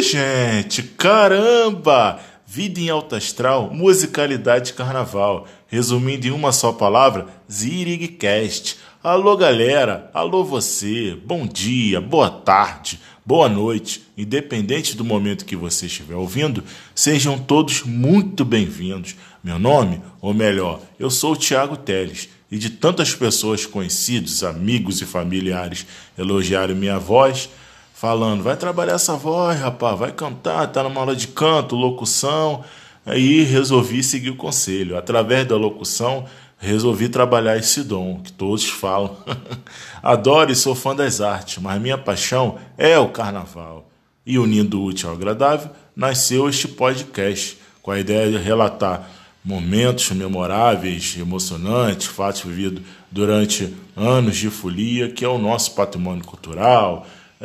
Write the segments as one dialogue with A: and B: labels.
A: gente! Caramba! Vida em alto astral, musicalidade carnaval. Resumindo em uma só palavra, Zirigcast. Alô galera, alô você, bom dia, boa tarde, boa noite. Independente do momento que você estiver ouvindo, sejam todos muito bem-vindos. Meu nome, ou melhor, eu sou o Thiago Teles. E de tantas pessoas conhecidos, amigos e familiares elogiarem minha voz, falando, vai trabalhar essa voz, rapaz, vai cantar, tá numa aula de canto, locução. Aí resolvi seguir o conselho. Através da locução, resolvi trabalhar esse dom, que todos falam. Adoro e sou fã das artes, mas minha paixão é o carnaval. E unindo o útil ao agradável, nasceu este podcast, com a ideia de relatar momentos memoráveis, emocionantes, fatos vividos durante anos de folia, que é o nosso patrimônio cultural,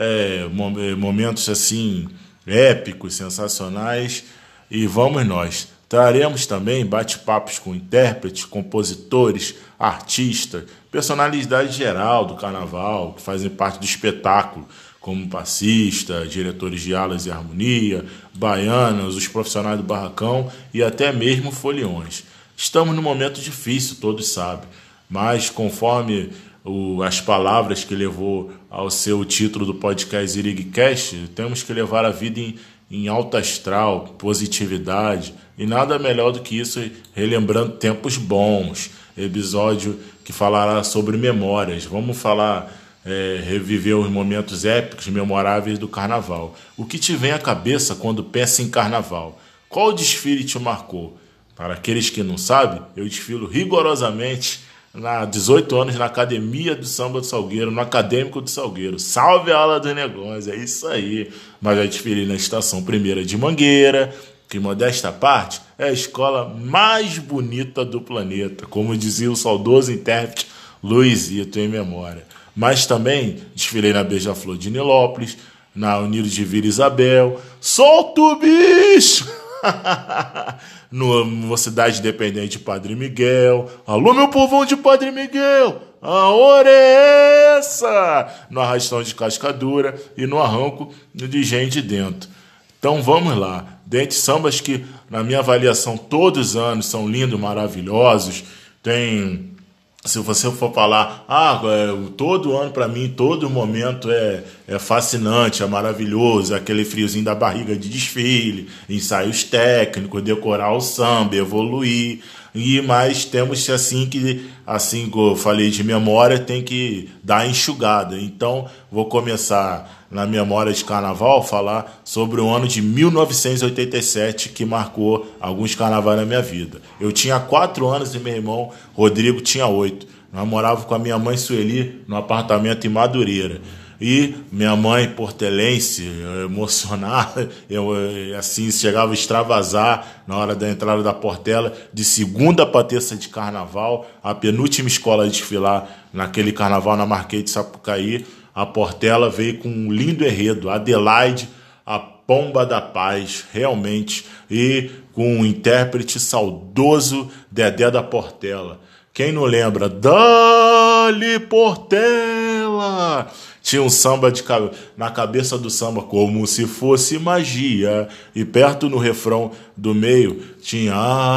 A: momentos assim épicos, sensacionais, e vamos nós. Traremos também bate-papos com intérpretes, compositores, artistas, personalidade geral do carnaval, que fazem parte do espetáculo, como passista, diretores de alas e harmonia, baianas, os profissionais do barracão e até mesmo foliões. Estamos num momento difícil, todos sabem, mas conforme as palavras que levou ao seu título do podcast Zirigcast, temos que levar a vida em alto astral, positividade, e nada melhor do que isso, relembrando tempos bons, episódio que falará sobre memórias. Vamos falar, reviver os momentos épicos, memoráveis do carnaval. O que te vem à cabeça quando pensa em carnaval? Qual desfile te marcou? Para aqueles que não sabem, eu desfilo rigorosamente há 18 anos na Academia do Samba do Salgueiro, no Acadêmico do Salgueiro. Salve a aula dos negócios, é isso aí. Mas já desfilei na Estação Primeira de Mangueira, que, modesta parte, é a escola mais bonita do planeta, como dizia o saudoso intérprete Luizito, em memória. Mas também desfilei na Beija-Flor de Nilópolis, na Unidos de Vila Isabel. Solta o bicho! Na cidade independente de Padre Miguel. Alô, meu povão de Padre Miguel! A hora é essa! No Arrastão de Cascadura e no Arranco de Gente Dentro. Então vamos lá. Dentre sambas que, na minha avaliação, todos os anos são lindos, maravilhosos. Tem... Se você for falar, todo ano para mim, todo momento é fascinante, é maravilhoso, aquele friozinho da barriga de desfile, ensaios técnicos, decorar o samba, evoluir. Mas temos assim que eu falei de memória, tem que dar a enxugada. Então vou começar na memória de carnaval, falar sobre o ano de 1987, que marcou alguns carnavais na minha vida. Eu tinha 4 anos e meu irmão Rodrigo tinha 8. Nós morávamos com a minha mãe Sueli no apartamento em Madureira. E minha mãe portelense, emocionada, chegava a extravasar na hora da entrada da Portela, de segunda para terça de carnaval, a penúltima escola a desfilar naquele carnaval na Marquês de Sapucaí. A Portela veio com um lindo enredo, Adelaide, a Pomba da Paz, realmente, e com um intérprete saudoso, Dedé da Portela. Quem não lembra? Dali Portela! Tinha um samba na cabeça do samba, como se fosse magia. E perto no refrão do meio, tinha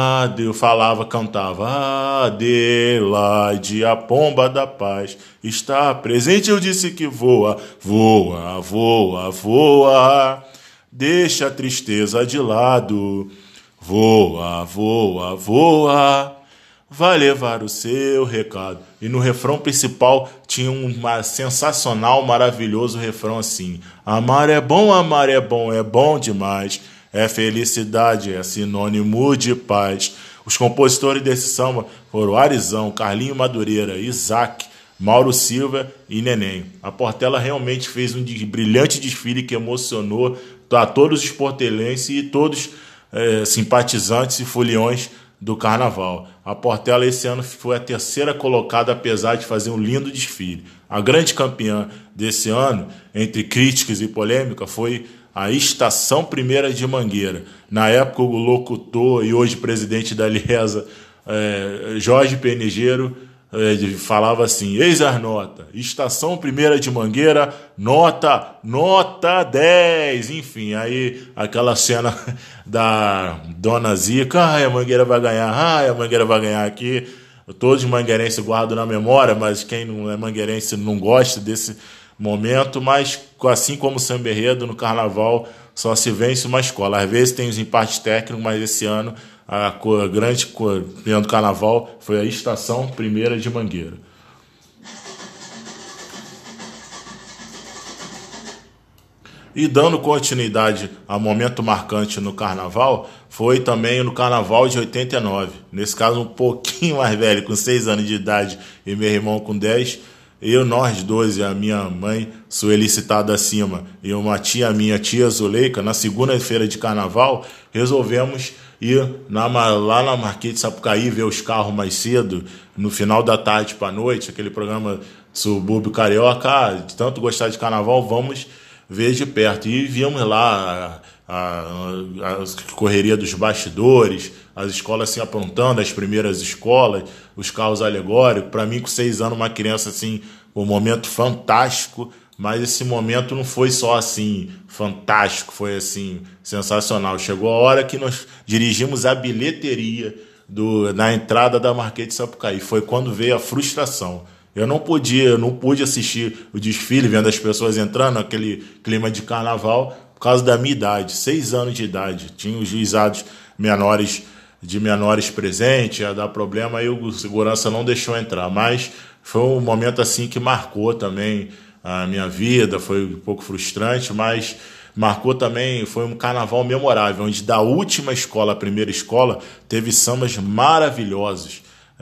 A: cantava Adelaide, a pomba da paz está presente. Eu disse que voa, voa, voa, voa. Deixa a tristeza de lado. Voa, voa, voa. Vai levar o seu recado. E no refrão principal tinha um sensacional, maravilhoso refrão assim: amar é bom demais. É felicidade, é sinônimo de paz. Os compositores desse samba foram Arizão, Carlinho Madureira, Isaac, Mauro Silva e Neném. A Portela realmente fez um brilhante desfile que emocionou a todos os portelenses e todos simpatizantes e foliões do carnaval. A Portela esse ano foi a terceira colocada, apesar de fazer um lindo desfile. A grande campeã desse ano, entre críticas e polêmica, foi a Estação Primeira de Mangueira. Na época, o locutor e hoje presidente da Liesa, Jorge Penegeiro, falava assim: eis as notas, estação primeira de Mangueira, nota 10. Enfim, aí aquela cena da Dona Zica: ai, a Mangueira vai ganhar, ai, a Mangueira vai ganhar aqui. Todos os mangueirenses guardam na memória, mas quem não é mangueirense não gosta desse momento. Mas assim como o Samba Enredo, no carnaval só se vence uma escola. Às vezes tem os empates técnicos, mas esse ano a grande campeã do carnaval foi a estação primeira de Mangueira. E dando continuidade a momento marcante no carnaval, foi também no carnaval de 89. Nesse caso, um pouquinho mais velho, com 6 anos de idade, e meu irmão com 10. Nós dois e a minha mãe, Sueli citada acima, e uma tia minha, tia Zuleika, na segunda-feira de carnaval, resolvemos ir lá na Marquês de Sapucaí, ver os carros mais cedo, no final da tarde para a noite, aquele programa Subúrbio Carioca. De tanto gostar de carnaval, vamos ver de perto. E víamos lá a correria dos bastidores, as escolas se aprontando, as primeiras escolas, os carros alegóricos. Para mim, com 6 anos, uma criança, assim, um momento fantástico. Mas esse momento não foi só assim fantástico, foi assim sensacional. Chegou a hora que nós dirigimos a bilheteria na entrada da Marquês de Sapucaí. Foi quando veio a frustração. Eu não pude assistir o desfile, vendo as pessoas entrando, aquele clima de carnaval, por causa da minha idade, 6 anos de idade. Tinha os juizados menores presentes, ia dar problema, aí o segurança não deixou entrar. Mas foi um momento assim que marcou também a minha vida, foi um pouco frustrante, mas marcou também, foi um carnaval memorável, onde da última escola à primeira escola, teve sambas maravilhosos.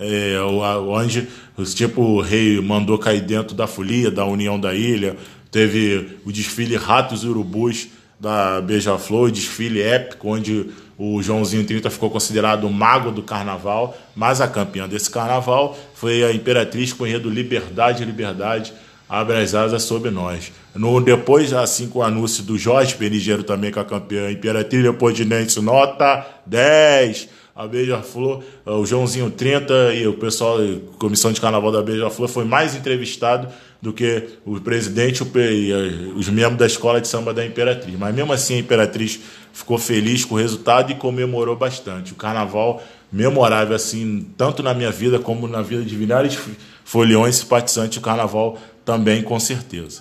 A: Onde o rei mandou cair dentro da folia, da União da Ilha. Teve o desfile Ratos e Urubus da Beija-Flor, desfile épico, onde o Joãozinho 30 ficou considerado o mago do carnaval, mas a campeã desse carnaval foi a Imperatriz com o enredo Liberdade, Liberdade, abre as asas sobre nós. Depois, assim, com o anúncio do Jorge Penigeiro também com a campeã Imperatriz Leopoldinense, nota 10. A Beija-Flor, o Joãozinho 30 e o pessoal, a comissão de carnaval da Beija-Flor, foi mais entrevistado do que o presidente e os membros da escola de samba da Imperatriz. Mas mesmo assim a Imperatriz ficou feliz com o resultado e comemorou bastante. O carnaval memorável, assim, tanto na minha vida como na vida de milhares de foliões e simpatizantes do carnaval também, com certeza.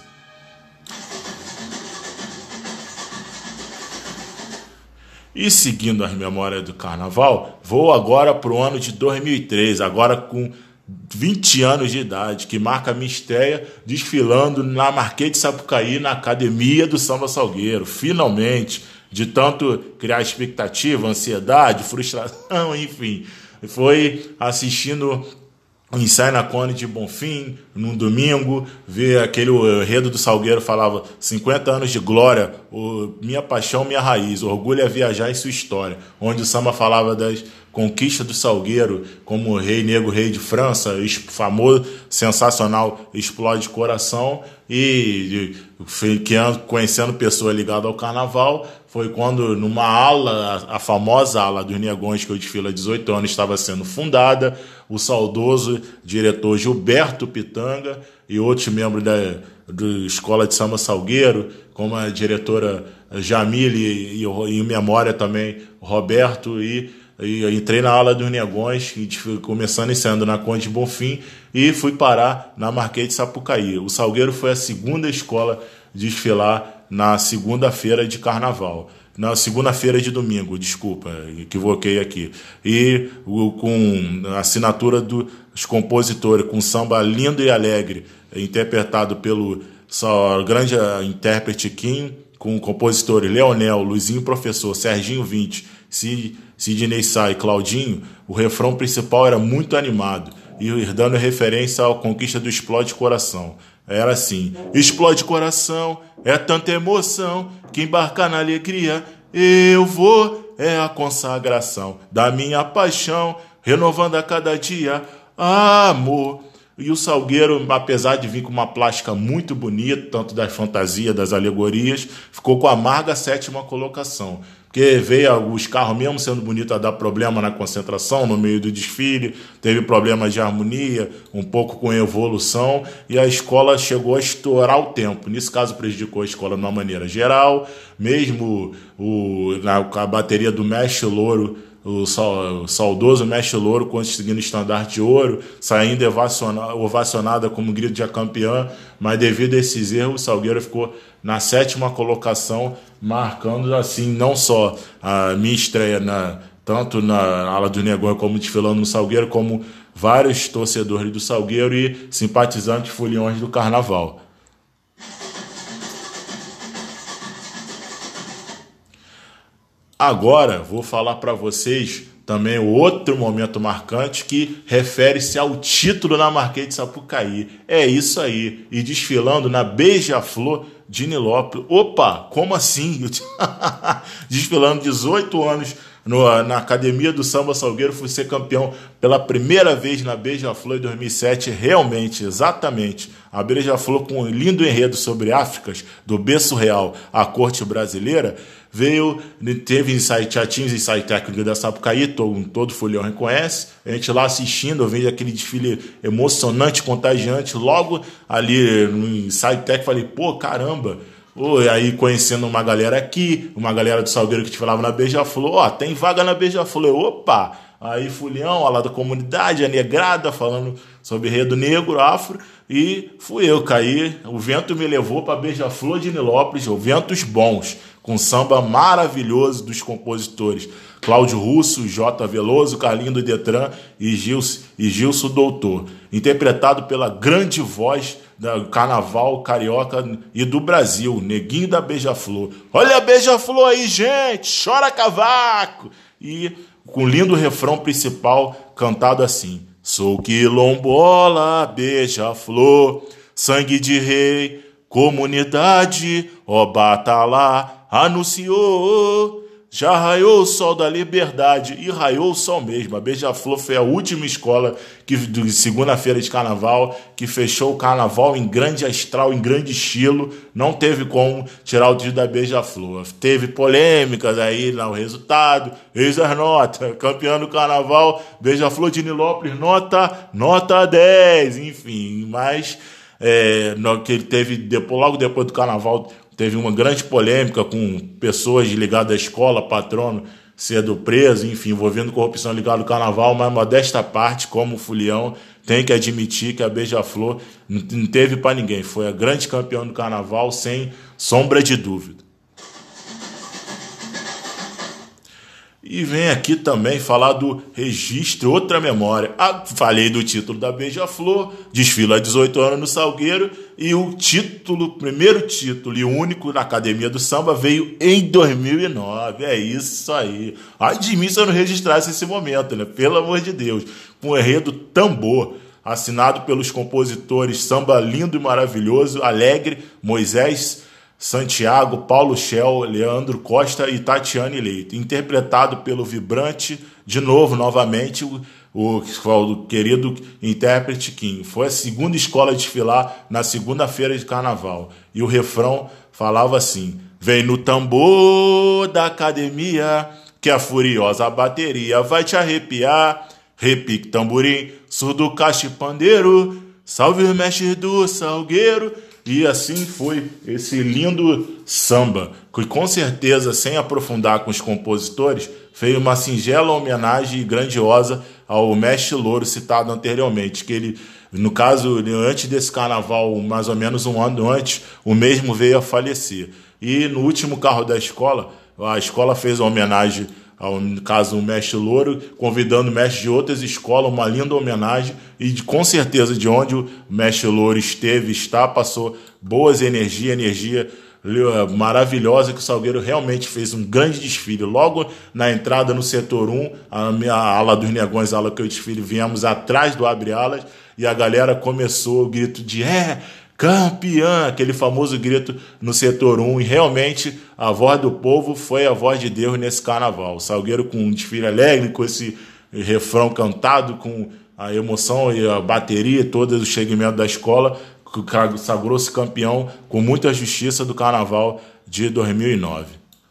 A: E seguindo as memórias do carnaval, vou agora para o ano de 2003, agora com 20 anos de idade, que marca a minha estreia desfilando na Marquês de Sapucaí, na Academia do Samba Salgueiro. Finalmente, de tanto criar expectativa, ansiedade, frustração, enfim, foi assistindo o ensaio na Cone de Bonfim, num domingo, ver aquele enredo do Salgueiro, falava 50 anos de glória, minha paixão, minha raiz, orgulho é viajar em sua história, onde o samba falava das conquistas do Salgueiro, como o rei negro, rei de França, famoso, sensacional, explode coração, e conhecendo pessoas ligadas ao carnaval, foi quando numa ala, a famosa ala dos Negões, que eu desfilo há 18 anos, estava sendo fundada, o saudoso diretor Gilberto Pitanga e outros membros da Escola de Samba Salgueiro, como a diretora Jamile e em memória também Roberto, e entrei na ala dos Negões, começando e saindo na Conde de Bonfim, e fui parar na Marquês de Sapucaí. O Salgueiro foi a segunda escola a desfilar na segunda-feira de carnaval. Na segunda-feira de domingo, desculpa, equivoquei aqui. E com a assinatura dos compositores, com samba lindo e alegre, interpretado pelo grande intérprete Kim, com compositores Leonel, Luizinho Professor, Serginho 20, Sidney Sá e Claudinho. O refrão principal era muito animado, e dando referência à conquista do Explode Coração. Era assim: explode coração, é tanta emoção, que embarcar na alegria eu vou, é a consagração da minha paixão, renovando a cada dia amor. E o Salgueiro, apesar de vir com uma plástica muito bonita, tanto das fantasias, das alegorias, ficou com a amarga sétima colocação. Porque veio os carros, mesmo sendo bonitos, a dar problema na concentração, no meio do desfile, teve problemas de harmonia, um pouco com evolução, e a escola chegou a estourar o tempo. Nesse caso, prejudicou a escola de uma maneira geral, mesmo a bateria do Mestre Louro, o saudoso Mestre Louro conseguindo estandarte de ouro, saindo ovacionada como grito de campeã, mas devido a esses erros, o Salgueiro ficou na sétima colocação, marcando assim não só a minha estreia tanto na ala do Negões como desfilando no Salgueiro, como vários torcedores do Salgueiro e simpatizantes foliões do Carnaval. Agora vou falar para vocês também outro momento marcante que refere-se ao título na Marquês de Sapucaí. É isso aí. E desfilando na Beija-Flor de Nilópolis. Opa, como assim? Desfilando 18 anos na Academia do Samba Salgueiro, fui ser campeão pela primeira vez na Beija-Flor em 2007. Realmente, exatamente. A Beija-Flor, com um lindo enredo sobre Áfricas, do berço real à corte brasileira, teve ensaio, já tinha ensaio técnico da Sapucaí, todo folião reconhece. A gente lá assistindo, vendo aquele desfile emocionante, contagiante. Logo ali no ensaio técnico, falei, pô, caramba. E aí conhecendo uma galera aqui, uma galera do Salgueiro que te falava na Beija-Flor, tem vaga na Beija-Flor. Opa! Aí folião, lá da comunidade, a negrada, falando sobre enredo negro, afro, e fui eu, caí, o vento me levou para Beija-Flor de Nilópolis, ventos bons, com samba maravilhoso dos compositores Cláudio Russo, J. Veloso, Carlinho do Detran e Gilson Doutor, interpretado pela grande voz do Carnaval Carioca e do Brasil, Neguinho da Beija-Flor. Olha a Beija-Flor aí, gente! Chora cavaco! E com lindo refrão principal cantado assim: sou quilombola, beija-flor, sangue de rei, comunidade, ó batalá, anunciou. Já raiou o sol da liberdade e raiou o sol mesmo. A Beija-Flor foi a última escola de segunda-feira de carnaval que fechou o carnaval em grande astral, em grande estilo. Não teve como tirar o título da Beija-Flor. Teve polêmicas aí no resultado. Eis as notas. Campeão do carnaval, Beija-Flor de Nilópolis, nota 10. Enfim, mas que ele teve logo depois do carnaval. Teve uma grande polêmica com pessoas ligadas à escola, patrono sendo preso, enfim, envolvendo corrupção ligada ao carnaval, mas modesta parte, como folião, tem que admitir que a Beija-Flor não teve para ninguém. Foi a grande campeã do carnaval, sem sombra de dúvida. E vem aqui também falar do registro, outra memória. Falei do título da Beija-Flor, desfila há 18 anos no Salgueiro, e o primeiro título e único na Academia do Samba veio em 2009. É isso aí. Ai de mim se eu não registrasse esse momento, né? Pelo amor de Deus. Com o enredo Tambor, assinado pelos compositores Samba Lindo e Maravilhoso, Alegre, Moisés Santiago, Paulo Shell, Leandro Costa e Tatiane Leite, interpretado pelo vibrante, novamente, o querido intérprete Kim. Foi a segunda escola a desfilar na segunda-feira de carnaval. E o refrão falava assim: vem no tambor da academia, que a furiosa bateria vai te arrepiar. Repique tamborim, surdo caixa e pandeiro, salve o mestre do Salgueiro. E assim foi esse lindo samba, que com certeza, sem aprofundar com os compositores, fez uma singela homenagem grandiosa ao Mestre Louro citado anteriormente, que ele, no caso, antes desse carnaval, mais ou menos um ano antes, o mesmo veio a falecer. E no último carro da escola, a escola fez uma homenagem ao, no caso, o Mestre Louro, convidando mestres de outras escolas, uma linda homenagem, e com certeza de onde o Mestre Louro está, passou boas energias, energia maravilhosa, que o Salgueiro realmente fez um grande desfile. Logo na entrada no setor 1, a minha ala dos Negões, a ala que eu desfile, viemos atrás do abre-alas, e a galera começou o grito de campeã, aquele famoso grito no setor 1, e realmente a voz do povo foi a voz de Deus nesse carnaval. O Salgueiro com um desfile alegre, com esse refrão cantado, com a emoção e a bateria toda do segmento da escola, que sagrou-se campeão com muita justiça do Carnaval de 2009.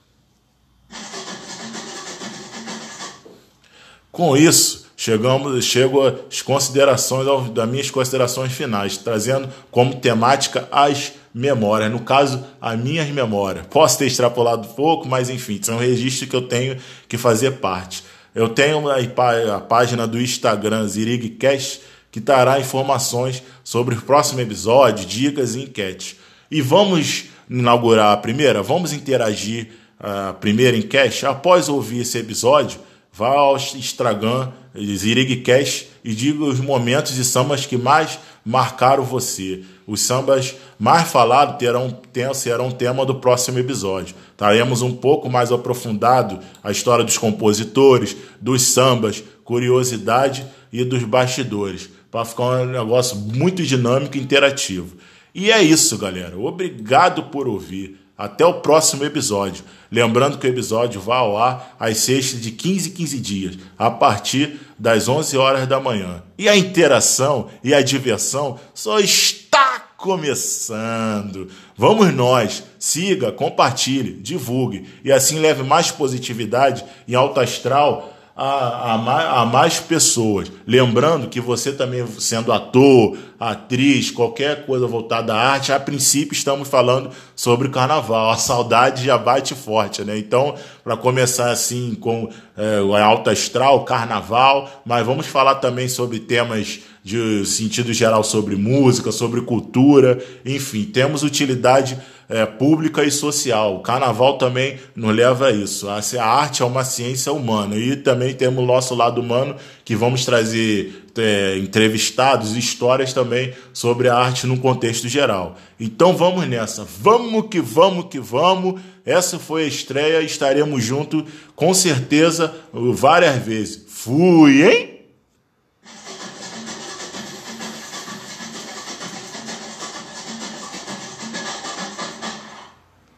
A: Com isso, chego às considerações, das minhas considerações finais, trazendo como temática as memórias, no caso, as minhas memórias. Posso ter extrapolado pouco, mas enfim, são registros que eu tenho que fazer parte. Eu tenho a página do Instagram, ZirigCast, que trará informações sobre o próximo episódio, dicas e enquetes. E vamos inaugurar a primeira? Vamos interagir a primeira enquete? Após ouvir esse episódio, vá ao Instagram, ZirigCast, e diga os momentos e sambas que mais marcaram você. Os sambas mais falados serão tema do próximo episódio. Traremos um pouco mais aprofundado a história dos compositores, dos sambas, curiosidade e dos bastidores, para ficar um negócio muito dinâmico e interativo. E é isso, galera. Obrigado por ouvir. Até o próximo episódio. Lembrando que o episódio vai ao ar às sextas de 15 em 15 dias, a partir das 11 horas da manhã. E a interação e a diversão só está começando. Vamos nós. Siga, compartilhe, divulgue e assim leve mais positividade e alto astral a mais pessoas. Lembrando que você também, sendo ator, atriz, qualquer coisa voltada à arte, a princípio estamos falando sobre o carnaval. A saudade já bate forte, né? Então, para começar assim com o alto astral, carnaval, mas vamos falar também sobre temas de sentido geral, sobre música, sobre cultura, enfim, temos utilidade pública e social. O carnaval também nos leva a isso. A arte é uma ciência humana e também temos o nosso lado humano, que vamos trazer entrevistados e histórias também sobre a arte no contexto geral. Então vamos nessa, vamos que vamos que vamos. Essa foi a estreia, estaremos juntos com certeza várias vezes. Fui, hein?